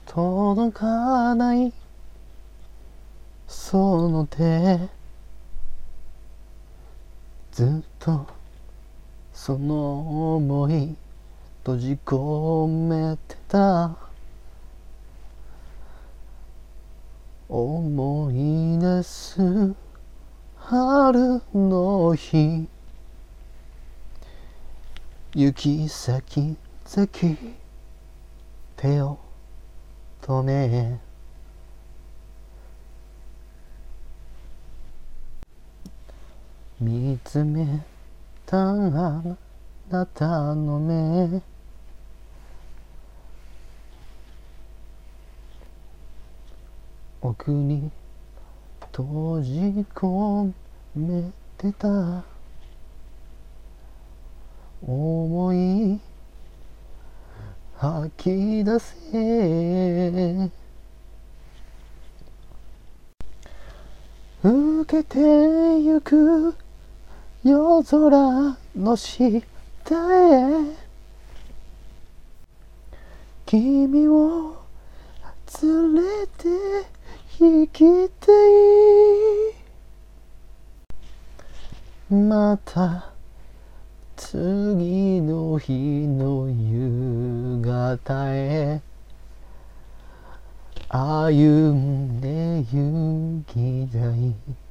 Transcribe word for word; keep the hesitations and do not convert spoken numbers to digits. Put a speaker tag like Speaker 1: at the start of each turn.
Speaker 1: 届かないその手、ずっとその想い閉じ込めてた。思い出す春の日、行き先々手を止め、見つめたあなたの目、奥に閉じ込めてた。思い吐き出せ、受けてゆく夜空の下へ、君を連れて行きたい。また次の日の夕方へ歩んで行きたい。